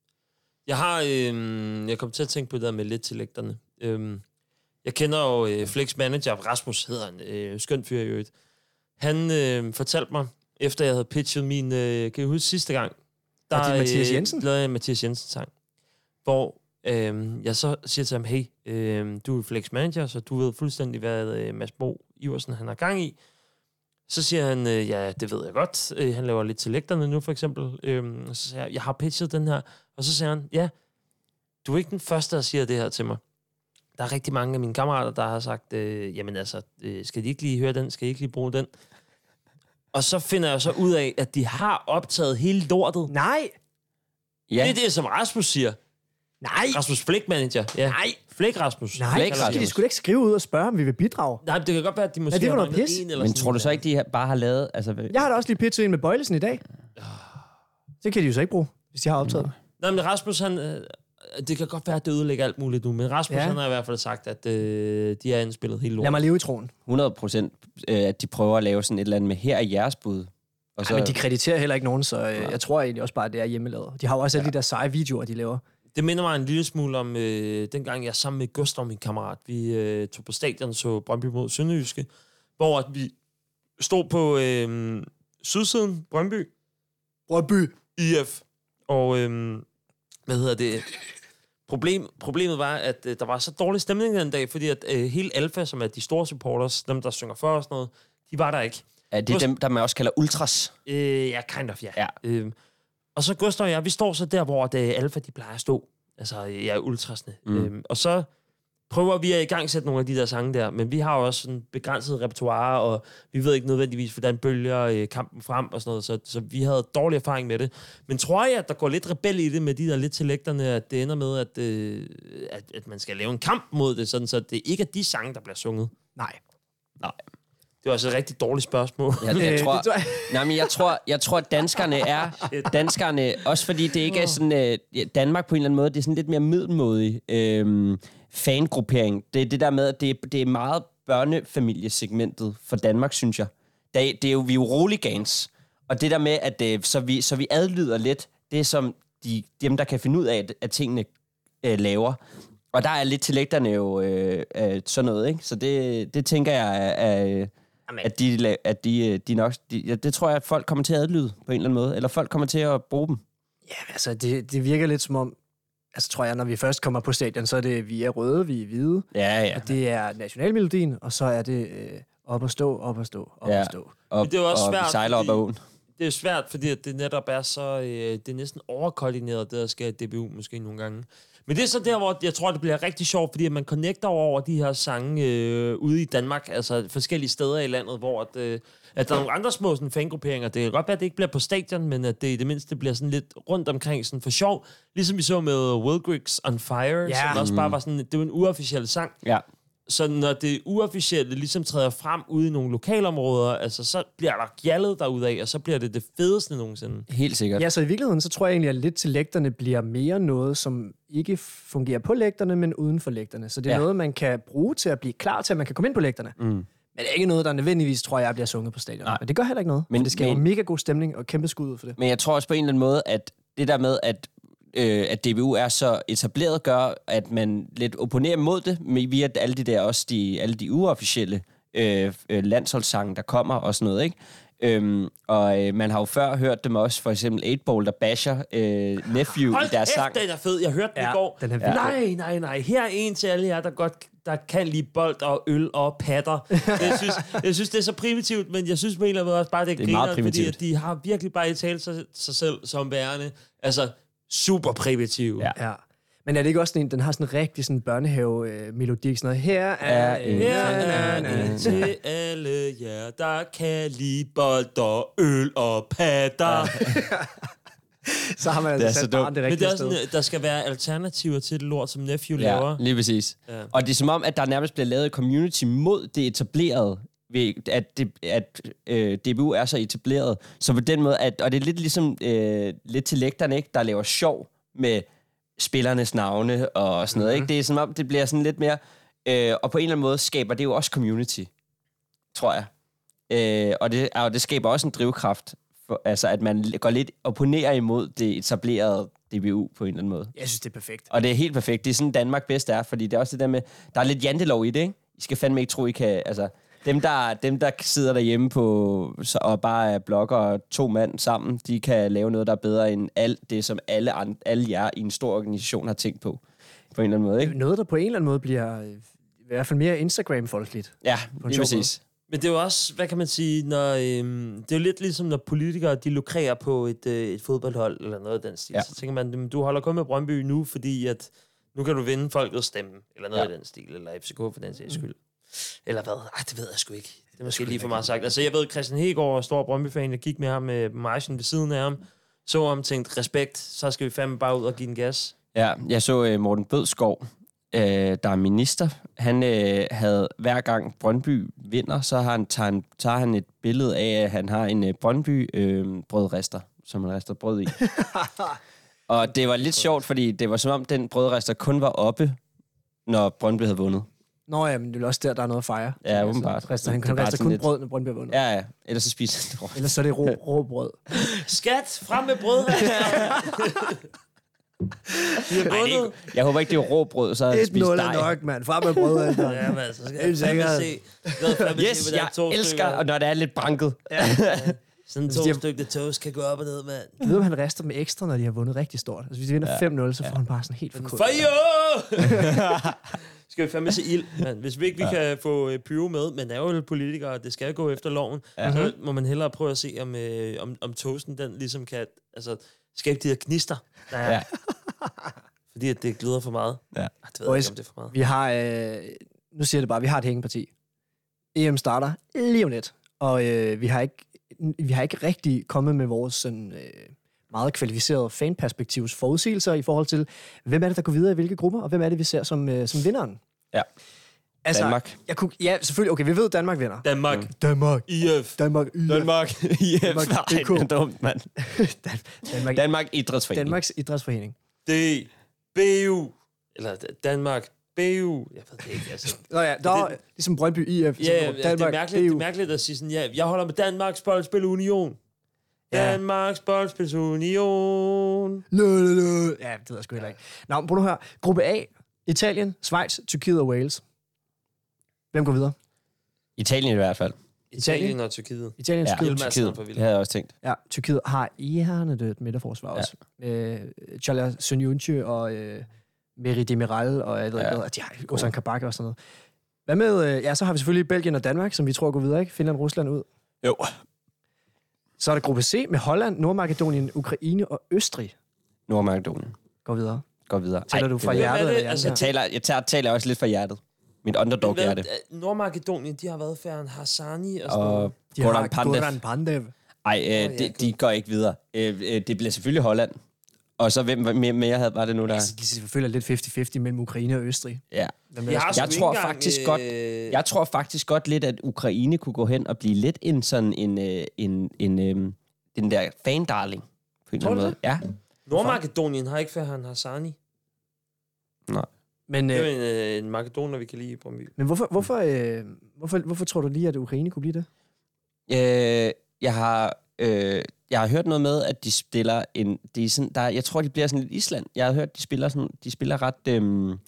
Jeg kom til at tænke på det der med lidt til lægterne. Jeg kender jo Flex manager, Rasmus hedder han, skøn fyr i øvrigt. Han fortalte mig, efter jeg havde pitchet min, kan I huske sidste gang? Der Mathias Jensen? Lavede jeg Mathias Jensen sang, hvor jeg så siger til ham, hey, du er Flex manager, så du ved fuldstændig, hvad Mads Bo Iversen han har gang i. Så siger han, ja, det ved jeg godt. Han laver lidt til lægterne nu, for eksempel. Så siger jeg har pitchet den her. Og så siger han, ja, du er ikke den første, der siger det her til mig. Der er rigtig mange af mine kammerater, der har sagt, jamen altså, skal de ikke lige høre den? Skal de ikke lige bruge den? Og så finder jeg så ud af, at de har optaget hele lortet. Nej! Ja. Det er det, som Rasmus siger. Nej! Rasmus Flæk manager. Ja. Nej! Flæk Rasmus. Nej, så skal de sgu da ikke skrive ud og spørge, om vi vil bidrage. Nej, det kan godt være, at de måske har manglet en eller. Men tror du så ikke, de bare har lavet... Altså... Jeg har da også lige pitchet en med Bøjlesen i dag. Det kan de jo så ikke bruge, hvis de har optaget. Nej, men Rasmus, det kan godt være, at det ødelægger alt muligt nu, men Rasmus han har i hvert fald sagt, at de er indspillet helt lort. Lad mig leve i troen. 100%, at de prøver at lave sådan et eller andet med her i jeres bud. Og så... men de krediterer heller ikke nogen, så jeg tror egentlig også bare, at det er hjemmelavet. De har jo også alle de der seje videoer, de laver. Det minder mig en lille smule om dengang jeg sammen med Gustav, min kammerat, vi tog på stadion, så Brøndby mod Sønderjyske, hvor vi stod på sydsiden, Brøndby IF, og problemet var, at der var så dårlig stemning den dag, fordi at hele Alfa, som er de store supporters, dem der synger for og sådan noget, de var der ikke. Er det dem, der man også kalder ultras? Ja, kind of, ja. Og så Gustav og jeg, vi står så der, hvor Alfa, de plejer at stå. Altså, ultrasne. Og så prøver vi at i gang sætte nogle af de der sange der, men vi har jo også sådan begrænset repertoire, og vi ved ikke nødvendigvis, hvordan bølger kampen frem og sådan noget, så vi havde dårlig erfaring med det. Men tror jeg, at der går lidt rebel i det med de der lidt tillægterne, at det ender med, at man skal lave en kamp mod det, sådan, så det ikke er de sange, der bliver sunget? Nej. Det var også et rigtig dårligt spørgsmål. Jeg tror, at danskerne, også fordi det ikke er sådan, Danmark på en eller anden måde, det er sådan lidt mere middelmådig fangruppering. Det er det der med, at det er meget børnefamiliesegmentet for Danmark, synes jeg. Vi er jo roligans, og det der med, at så vi adlyder lidt det, som dem, der kan finde ud af, at tingene laver. Og der er lidt til lægterne jo sådan noget, ikke? Så det tænker jeg at de nok... det tror jeg, at folk kommer til at adlyde på en eller anden måde. Eller folk kommer til at bruge dem. Ja, altså det virker lidt som om... Altså tror jeg, når vi først kommer på stadion, så er det, vi er røde, vi er hvide. Ja. Og det er nationalmelodien, og så er det op og stå, op og stå, op og stå. Men det er også svært, vi sejler op ad åen. Det er svært, fordi det netop er så... det er næsten overkoordineret, det der sker i DBU måske nogle gange. Men det er så der, hvor jeg tror, det bliver rigtig sjovt, fordi man connecter over de her sange ude i Danmark, altså forskellige steder i landet, hvor at der er nogle andre små sådan, fangrupperinger. Det kan godt være, at det ikke bliver på stadion, men at det i det mindste bliver sådan lidt rundt omkring sådan for sjov. Ligesom vi så med Will Griggs On Fire, som også bare var sådan, det var en uofficiel sang. Ja. Så når det uofficielle ligesom træder frem ude i nogle lokalområder, altså så bliver der gjaldet derudaf, og så bliver det fedeste nogensinde. Helt sikkert. Ja, så i virkeligheden, så tror jeg egentlig, at lidt til lægterne bliver mere noget, som ikke fungerer på lægterne, men uden for lægterne. Så det er noget, man kan bruge til at blive klar til, at man kan komme ind på lægterne. Men det er ikke noget, der nødvendigvis, tror jeg, bliver sunget på stadion. Men det gør heller ikke noget. Men det skaber mega god stemning og kæmpe skud ud for det. Men jeg tror også på en eller anden måde, at det der med, at DBU er så etableret, gør, at man lidt opponerer mod det, via alle de der også alle de uofficielle landsholdssange, der kommer og sådan noget, ikke? Og man har jo før hørt dem også, for eksempel 8-Ball, der basher Nephew i deres sang. Den er fed. Jeg hørte den i går. Den er Nej. Her er en til alle jer, der kan lide bold og øl og patter. Jeg synes, det er så primitivt, men jeg synes på en eller anden måde også bare, det er griner, fordi at de har virkelig bare i tale sig selv som værende. Altså, super primitiv. Ja. Men er det ikke også sådan en, den har sådan en rigtig sådan børnehave-melodi, sådan noget, her er en til alle jer, der kan lide bold og øl og patter. Så har man altså sat barn det rigtige sted. Men det er sådan, der skal være alternativer til det lort, som Nephew laver. Ja, lige præcis. Ja. Og det er som om, at der nærmest bliver lavet et community mod det etablerede, at DBU er så etableret. Så på den måde, og det er lidt ligesom lidt til lægterne, ikke, der laver sjov med spillernes navne og sådan noget. Ikke? Det er som om, det bliver sådan lidt mere... og på en eller anden måde skaber det jo også community, tror jeg. Og det skaber også en drivkraft, altså at man går lidt opponerer imod det etablerede DBU på en eller anden måde. Jeg synes, det er perfekt. Og det er helt perfekt. Det er sådan, Danmark bedst er, fordi det er også det der med... Der er lidt jantelov i det, ikke? I skal fandme ikke tro, I kan... Altså, dem, der sidder derhjemme og bare er blogger og 2 mand sammen, de kan lave noget, der er bedre end alt det, som alle jer i en stor organisation har tænkt på en eller anden måde, ikke? Noget, der på en eller anden måde bliver i hvert fald mere Instagram-folkeligt. Ja, lige præcis. Men det er jo også, hvad kan man sige, når, det er jo lidt ligesom, når politikere, de lukrerer på et fodboldhold, eller noget af den stil. Ja. Så tænker man, du holder kun med Brøndby nu, fordi at nu kan du vinde folkets stemme, eller noget af den stil, eller FCK for den sags skyld. Eller hvad? Det ved jeg sgu ikke. Det er måske lige for meget sagt. Altså, jeg ved, Christian Hegård, stor Brøndby-fan, jeg gik med ham med marchen ved siden af ham, så ham tænkt, respekt, så skal vi fandme bare ud og give den gas. Ja, jeg så Morten Bødskov, der er minister. Han havde hver gang Brøndby vinder, så tager han et billede af, at han har en Brøndby brødrester, som han rester brød i. Og det var lidt sjovt, fordi det var som om, den brødrester kun var oppe, når Brøndby havde vundet. Nå ja, men det er også der er noget at fejre. Ja, åbenbart. Han kan rester kun brød, når Brøndby har vundet. Ja. Ellers så spiser han det. Ellers så er det rå brød. Skat, frem med brødrester! Jeg håber ikke, det er råbrød, så er det spist dig. 1-0 nok, mand. Frem med brød. Ja, men så skal jeg fandme se. Yes, jeg elsker, og når det er lidt branket. Sådan 2 stykker toast kan gå op og ned, mand. Jeg ved, om han rester med ekstra, når de har vundet rigtig stort. Altså, hvis de vinder 5-0, så får han bare sådan helt for kul. For jo! Skal vi fandme se ild, mand. Hvis vi ikke kan få pyro med, men er jo politikere, det skal gå efter loven, så må man hellere prøve at se, om toasten, den ligesom kan skabe de her gnister. Fordi at det glider for meget. Ja. Det ved jeg ikke, om det er for meget. Vi har, nu siger jeg det bare, vi har et hængeparti. EM starter lige om lidt, og vi har ikke rigtig kommet med vores sådan, meget kvalificerede fanperspektivs forudsigelser i forhold til, hvem er det, der går videre i hvilke grupper, og hvem er det, vi ser som vinderen. Ja. Altså, Danmark. Ja, selvfølgelig. Okay, vi ved, at Danmark vinder. Danmark. IF. Danmark. Danmark. Danmark. Nej, det er dumt, mand. Danmark Idrætsforening. Danmarks Idrætsforening. DBU. Eller Danmark BU. Jeg ved det ikke, altså. Nå ja, der er ligesom Brøndby IF. Ja, Danmark, det er mærkeligt at sige sådan, ja, jeg holder med Danmarks Boldspil Union. Ja. Danmarks Boldspil Union. Ja, det ved jeg sgu heller ikke. Nå, prøv nu her. Gruppe A. Italien, Schweiz, Tyrkiet og Wales. Hvem går videre? Italien i hvert fald. Italien og Tyrkiet. Italien, Ja, Tyrkiet. Tyrkiet. Det havde jeg også tænkt. Ja, Tyrkiet har hjernedødt midterforsvar også. Chala Sonyuncu og Meri Demiral og jeg ved ikke hvad. De har Ozan Kabak og sådan noget. Hvad med, så har vi selvfølgelig Belgien og Danmark, som vi tror går videre, ikke? Finland, Rusland ud. Jo. Så er der gruppe C med Holland, Nordmakedonien, Ukraine og Østrig. Nordmakedonien. Går videre. Går videre. Tæller du fra det- hjertet? Hvem er det? Eller Altså, hjertet? Jeg taler også lidt fra hjertet. Mit underdog-hjerte. Nordmakedonien, de har været Ferhan Hassani og sådan noget. Og De Goran har Pandev. Goran Pandev. De går ikke videre. Det bliver selvfølgelig Holland. Og så hvem mere var det nu, der... Altså, de selvfølgelig lidt 50-50 mellem Ukraine og Østrig. Ja. Vi har sgu Jeg ikke tror engang, faktisk godt... Jeg tror faktisk godt lidt, at Ukraine kunne gå hen og blive lidt en sådan den der fan-darling. På en eller anden måde. Ja. Nordmakedonien har ikke Ferhan Hassani. Nej. Men, Det er jo en makedoner, vi kan lide i Brøndby. men hvorfor tror du lige, at Ukraine kunne blive det? Jeg har hørt noget med, at de spiller jeg tror, de bliver sådan lidt Island. Jeg har hørt, de spiller ret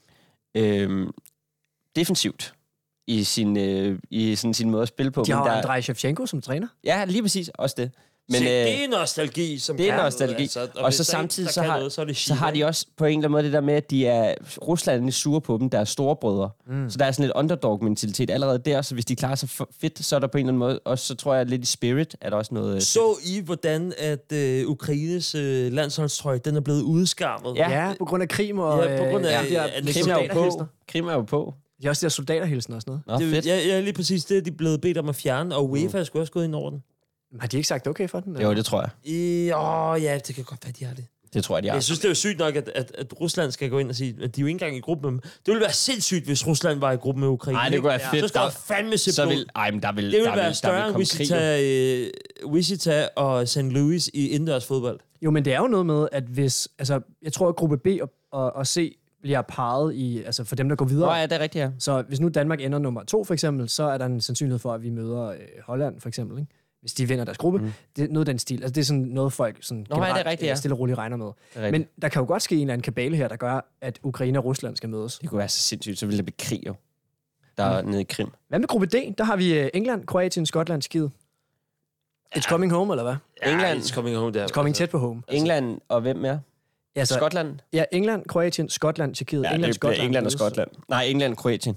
defensivt i sin måde at spille på. De har Men Andrej Shevchenko som træner. Ja, lige præcis. Også det. Men, det er nostalgi, som det er kan nostalgi. noget, altså. Og så samtidig så har de også på en eller anden måde det der med, at de er Rusland er sure på dem, der er storebrødre. Så der er sådan lidt underdog-mentalitet allerede der, så hvis de klarer sig fedt, så er der på en eller anden måde, og så tror jeg lidt i spirit, er der også noget... Så I, hvordan at Ukraines landsholdstrøje, den er blevet udskammet? Ja, på grund af Krim og... Ja, på grund af Krim er jo på. Krim er jo på. De har også de der soldaterhilsen og sådan noget. Nå, fedt. Ja, lige præcis det, de er blevet bedt om at fjerne, og UEFA er sgu også gået ind over den. Har de ikke sagt okay for den? Jo, det tror jeg. Ja, det kan godt være, de har det. Det tror jeg, de har. Jeg synes, det er jo sygt nok, at Rusland skal gå ind og sige, at de er jo ikke engang i gruppe med dem. Det ville være sindssygt, hvis Rusland var i gruppe med Ukraine. Nej, det kunne være fedt. Så skal der fandme se blod. Der vil, Det ville være større end Wichita og St. Louis i indendørs fodbold. Jo, men det er jo noget med, at hvis... Altså, jeg tror, at gruppe B og C bliver parret i... Altså, for dem, der går videre. Ja, det er rigtigt, ja. Så hvis nu Danmark ender nummer 2, for eksempel, så er der en sandsynlighed for, at vi møder Holland, for eksempel, ikke? Hvis de vinder deres gruppe. Det er noget af den stil. Altså, det er sådan noget, folk sådan generelt, det er rigtigt, ja. Stille og roligt regner med. Men der kan jo godt ske en eller anden kabale her, der gør, at Ukraine og Rusland skal mødes. Det kunne være så sindssygt, så ville det blive krig jo. Der er nede i Krim. Hvad med gruppe D? Der har vi England, Kroatien, Skotland, Tjekkiet. It's coming home, eller hvad? England. It's coming home der. It's coming tæt på home. England og hvem mere? Altså, Skotland? Ja, England, Kroatien, Skotland, Tjekkiet. Ja, England, det bliver Skotland, England og Skotland. Nej, England og Kroatien.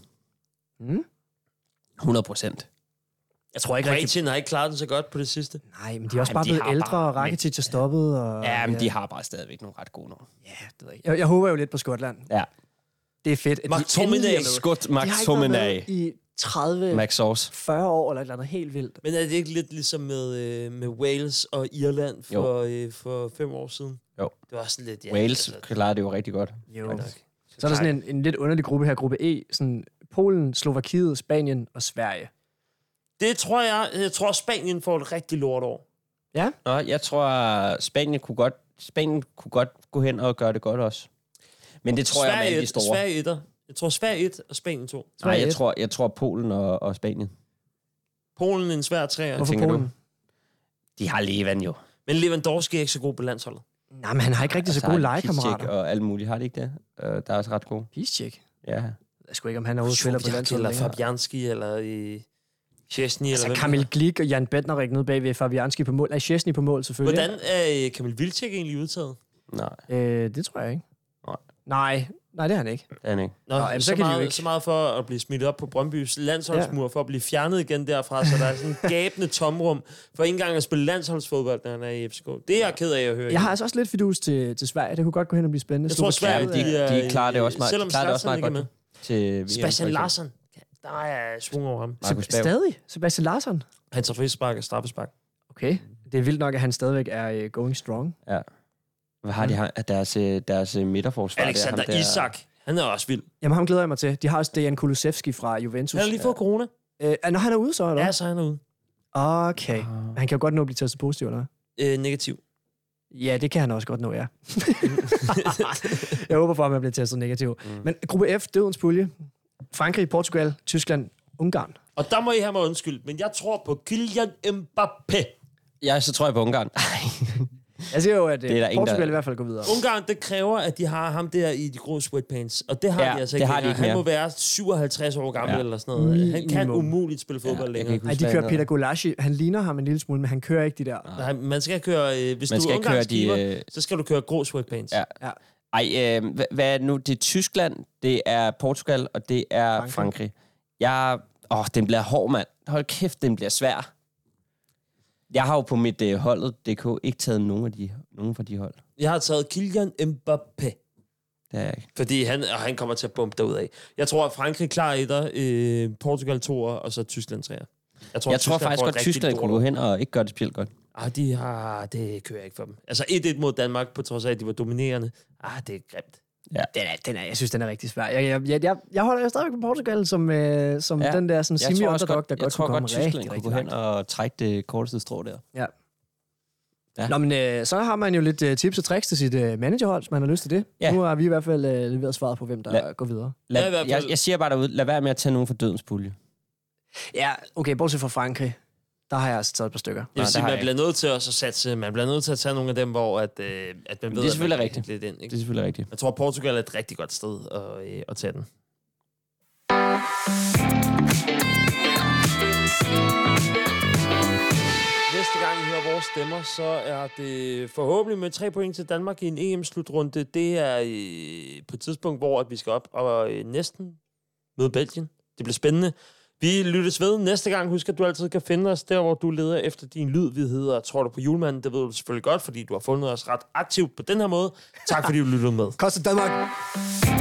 100%. Jeg tror ikke rigtig... Kroatien har ikke klaret den så godt på det sidste. Nej, men de er også bare blevet ældre, og Rakitic er stoppet. Og, ja, men de har bare stadigvæk nogle ret gode numre. Ja, det ved jeg. Jeg håber jo lidt på Skotland. Ja. Det er fedt. McTominay. McTominay. I 30, Max Sauce. 40 år eller et eller andet helt vildt. Men er det ikke lidt ligesom med Wales og Irland for 5 år siden? Jo. Det var sådan lidt... Ja, Wales klarer det jo rigtig godt. Jo. Så er der sådan en lidt underlig gruppe her, gruppe E. Sådan Polen, Slovakiet, Spanien og Sverige. Det tror jeg tror Spanien får et rigtig lort år. Ja? Nå, jeg tror, Spanien kunne godt gå hen og gøre det godt også. Men det tror Sverige jeg med de store. Sverige 1'er. Jeg tror Sverige 1 og Spanien 2. Nej, jeg tror Polen og Spanien. Polen en svær træer. Hvorfor Polen? De har Levan jo. Men Lewandowski er ikke så god på landsholdet. Nej, men han har ikke rigtig så gode legekammerater. Og alt muligt, har de ikke det? Der er også ret gode. Piszczek? Ja. Jeg sgu ikke, om han er ude spiller på landsholdet. Eller Fabianski, eller i Szczesny, altså, eller Kamil Glik og Jan Bednarek nede bagved Fabianski på mål. Nej, Szczesny på mål, selvfølgelig. Hvordan er Kamil Vilcek egentlig udtaget? Nej. Det tror jeg ikke. Nej, Nej, det er han ikke. Det er han ikke. Nå, jamen, så meget for at blive smidt op på Brøndbys landsholdsmur, for at blive fjernet igen derfra, så der er sådan en gabende tomrum, for ikke engang at spille landsholdsfodbold, når han er i FCK. Det er jeg ked af at høre. Jeg har altså også lidt fidus til Sverige. Det kunne godt gå hen og blive spændende. Jeg tror, Sverige, de klarer det også meget, selvom meget godt til Sebastian Larsson, der er svung over ham. Stadig? Sebastian Larsson? Han tager frispark og straffespark. Okay. Det er vildt nok, at han stadigvæk er going strong. Ja. Hvad har de her? Deres midterforsvar? Alexander Isak. Han er også vild. Jamen, ham glæder jeg mig til. De har også Dejan Kulusevski fra Juventus. Han har lige fået corona. Når han er ude, så, eller? Ja, så er han er ude. Okay. Han kan jo godt nå at blive testet positiv, eller? Negativ. Ja, det kan han også godt nå, ja. Jeg håber for, at man bliver testet negativ. Men gruppe F, dødens pulje. Frankrig, Portugal, Tyskland, Ungarn. Og der må I have mig undskyld, men jeg tror på Kylian Mbappé. Så tror jeg på Ungarn. Jeg siger jo, at Portugal i hvert fald går videre. Ungarn, det kræver, at de har ham der i de grå sweatpants. Og det har de altså ikke. Han må være 57 år gammel eller sådan noget. Han kan umuligt spille fodbold længere. Nej, de kører Peter Golashi. Han ligner ham en lille smule, men han kører ikke de der. Nej, man skal køre... Hvis du er ungarsk keeper, så skal du køre grå sweatpants. Ja. Ej, hvad er det nu? Det er Tyskland, det er Portugal, og det er Frankrig. Den bliver hård, mand. Hold kæft, den bliver svær. Jeg har jo på mit holdet.dk ikke taget nogen fra de hold. Jeg har taget Kylian Mbappé. Det er jeg ikke. Fordi han kommer til at bombe derudad. Jeg tror, at Frankrig klarer etter, Portugal 2'er, og så Tyskland 3'er. Jeg tror faktisk godt, at Tyskland kunne gå hen og ikke gøre det specielt godt. Det kører jeg ikke for dem. Altså 1-1 mod Danmark, på trods af, at de var dominerende. Det er grimt. Ja. Jeg synes, den er rigtig svær. Jeg holder jo stadigvæk på Portugal som den der sådan semi-underdog, der godt kunne komme rigtig, Tyskland kunne gå hen og trække det korteste strå der. Ja. Nå, men så har man jo lidt tips og tricks til sit managerhold, hvis man har lyst til det. Ja. Nu har vi i hvert fald leveret svaret på, hvem der går videre. Jeg siger bare derude, lad være med at tage nogen for dødens pulje. Ja, okay, bortset fra Frankrig. Der har jeg altså taget et par stykker. Jeg vil sige, man bliver nødt til at satse. Man bliver nødt til at tage nogle af dem, hvor at man ved, det er selvfølgelig rigtigt. Lidt ind, ikke? Det er selvfølgelig rigtigt. Jeg tror, Portugal er et rigtig godt sted at tage den. Næste gang I hører vores stemmer, så er det forhåbentlig med 3 point til Danmark i en EM-slutrunde. Det er på et tidspunkt, hvor vi skal op og næsten møde Belgien. Det bliver spændende. Vi lyttes ved næste gang. Husk, at du altid kan finde os der, hvor du leder efter din lyd. Vi hedder Tror du på julemanden? Det ved du selvfølgelig godt, fordi du har fundet os ret aktivt på den her måde. Tak fordi du lyttede med. Koster Danmark!